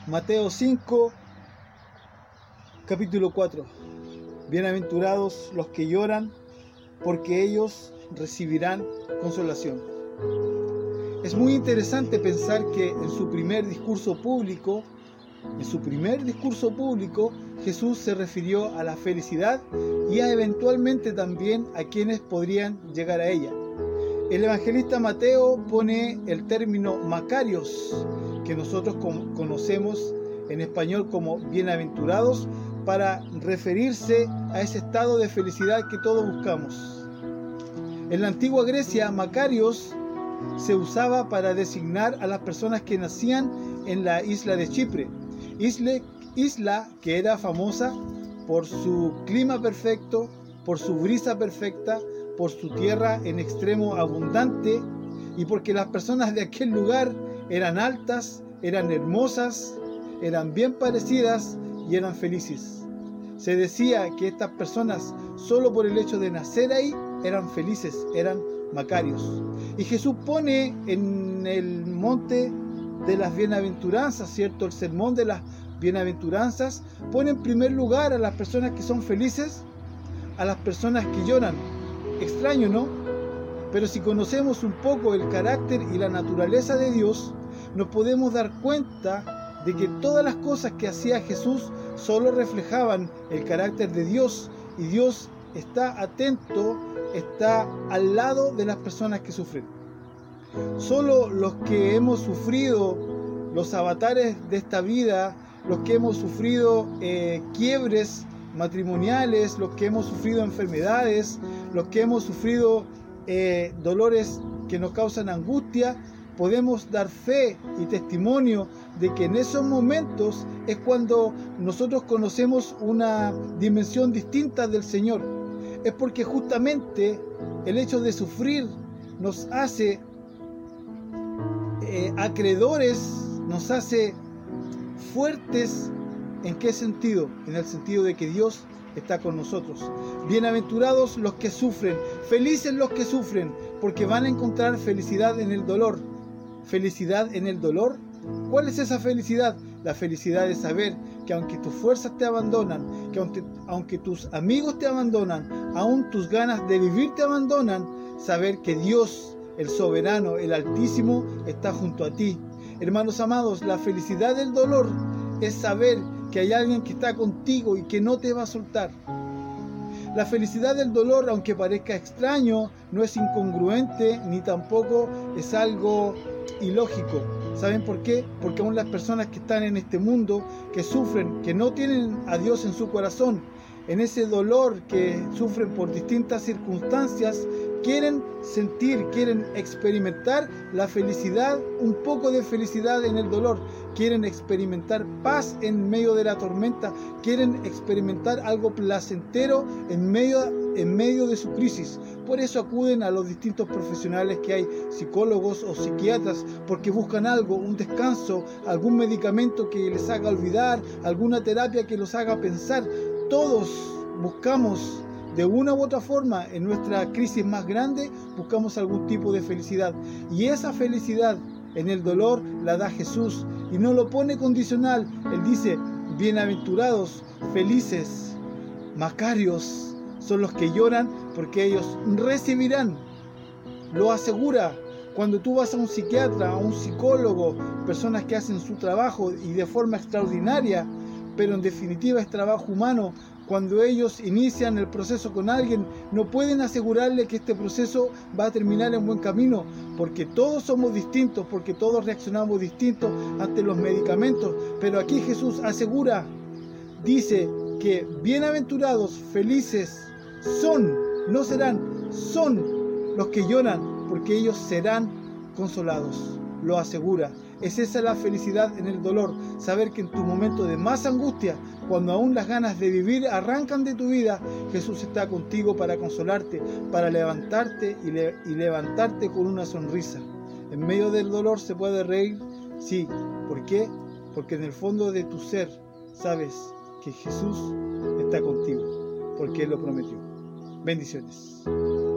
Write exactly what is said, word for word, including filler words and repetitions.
Mateo cinco, capítulo cuatro. Bienaventurados los que lloran, porque ellos recibirán consolación. Es muy interesante pensar que en su primer discurso público, en su primer discurso público, Jesús se refirió a la felicidad y a eventualmente también a quienes podrían llegar a ella. El evangelista Mateo pone el término Macarios, que nosotros conocemos en español como bienaventurados, para referirse a ese estado de felicidad que todos buscamos. En la antigua Grecia, Macarios se usaba para designar a las personas que nacían en la isla de Chipre, isla, isla que era famosa por su clima perfecto, por su brisa perfecta, por su tierra en extremo abundante y porque las personas de aquel lugar eran altas, eran hermosas, eran bien parecidas y eran felices. Se decía que estas personas, solo por el hecho de nacer ahí, eran felices, eran macarios. Y Jesús pone en el monte de las bienaventuranzas, ¿cierto? El sermón de las bienaventuranzas, pone en primer lugar a las personas que son felices, a las personas que lloran. Extraño, ¿no? Pero si conocemos un poco el carácter y la naturaleza de Dios, nos podemos dar cuenta de que todas las cosas que hacía Jesús solo reflejaban el carácter de Dios, y Dios está atento, está al lado de las personas que sufren. Solo los que hemos sufrido los avatares de esta vida, los que hemos sufrido eh, quiebres matrimoniales, los que hemos sufrido enfermedades, los que hemos sufrido eh, dolores que nos causan angustia, podemos dar fe y testimonio de que en esos momentos es cuando nosotros conocemos una dimensión distinta del Señor. Es porque justamente el hecho de sufrir nos hace eh, acreedores, nos hace fuertes. ¿En qué sentido? En el sentido de que Dios está con nosotros. Bienaventurados los que sufren, felices los que sufren, porque van a encontrar felicidad en el dolor. ¿Felicidad en el dolor? ¿Cuál es esa felicidad? La felicidad de saber que aunque tus fuerzas te abandonan, que aunque, aunque tus amigos te abandonan, aún tus ganas de vivir te abandonan, saber que Dios, el soberano, el Altísimo, está junto a ti. Hermanos amados, la felicidad del dolor es saber que hay alguien que está contigo y que no te va a soltar. La felicidad del dolor, aunque parezca extraño, no es incongruente ni tampoco es algo ilógico. ¿Saben por qué? Porque aún las personas que están en este mundo, que sufren, que no tienen a Dios en su corazón, en ese dolor que sufren por distintas circunstancias, quieren sentir, quieren experimentar la felicidad, un poco de felicidad en el dolor. Quieren experimentar paz en medio de la tormenta. Quieren experimentar algo placentero en medio, en medio de su crisis. Por eso acuden a los distintos profesionales que hay, psicólogos o psiquiatras, porque buscan algo, un descanso, algún medicamento que les haga olvidar, alguna terapia que los haga pensar. Todos buscamos, de una u otra forma, en nuestra crisis más grande, buscamos algún tipo de felicidad. Y esa felicidad en el dolor la da Jesús. Y no lo pone condicional. Él dice, bienaventurados, felices, macarios, son los que lloran porque ellos recibirán. Lo asegura. Cuando tú vas a un psiquiatra, a un psicólogo, personas que hacen su trabajo y de forma extraordinaria, pero en definitiva es trabajo humano. Cuando ellos inician el proceso con alguien, no pueden asegurarle que este proceso va a terminar en buen camino, porque todos somos distintos, porque todos reaccionamos distintos ante los medicamentos. Pero aquí Jesús asegura, dice que bienaventurados, felices son, no serán, son los que lloran, porque ellos serán consolados. Lo asegura. Es esa la felicidad en el dolor, saber que en tu momento de más angustia, cuando aún las ganas de vivir arrancan de tu vida, Jesús está contigo para consolarte, para levantarte y, le, y levantarte con una sonrisa. En medio del dolor se puede reír, sí. ¿Por qué? Porque en el fondo de tu ser sabes que Jesús está contigo, porque Él lo prometió. Bendiciones.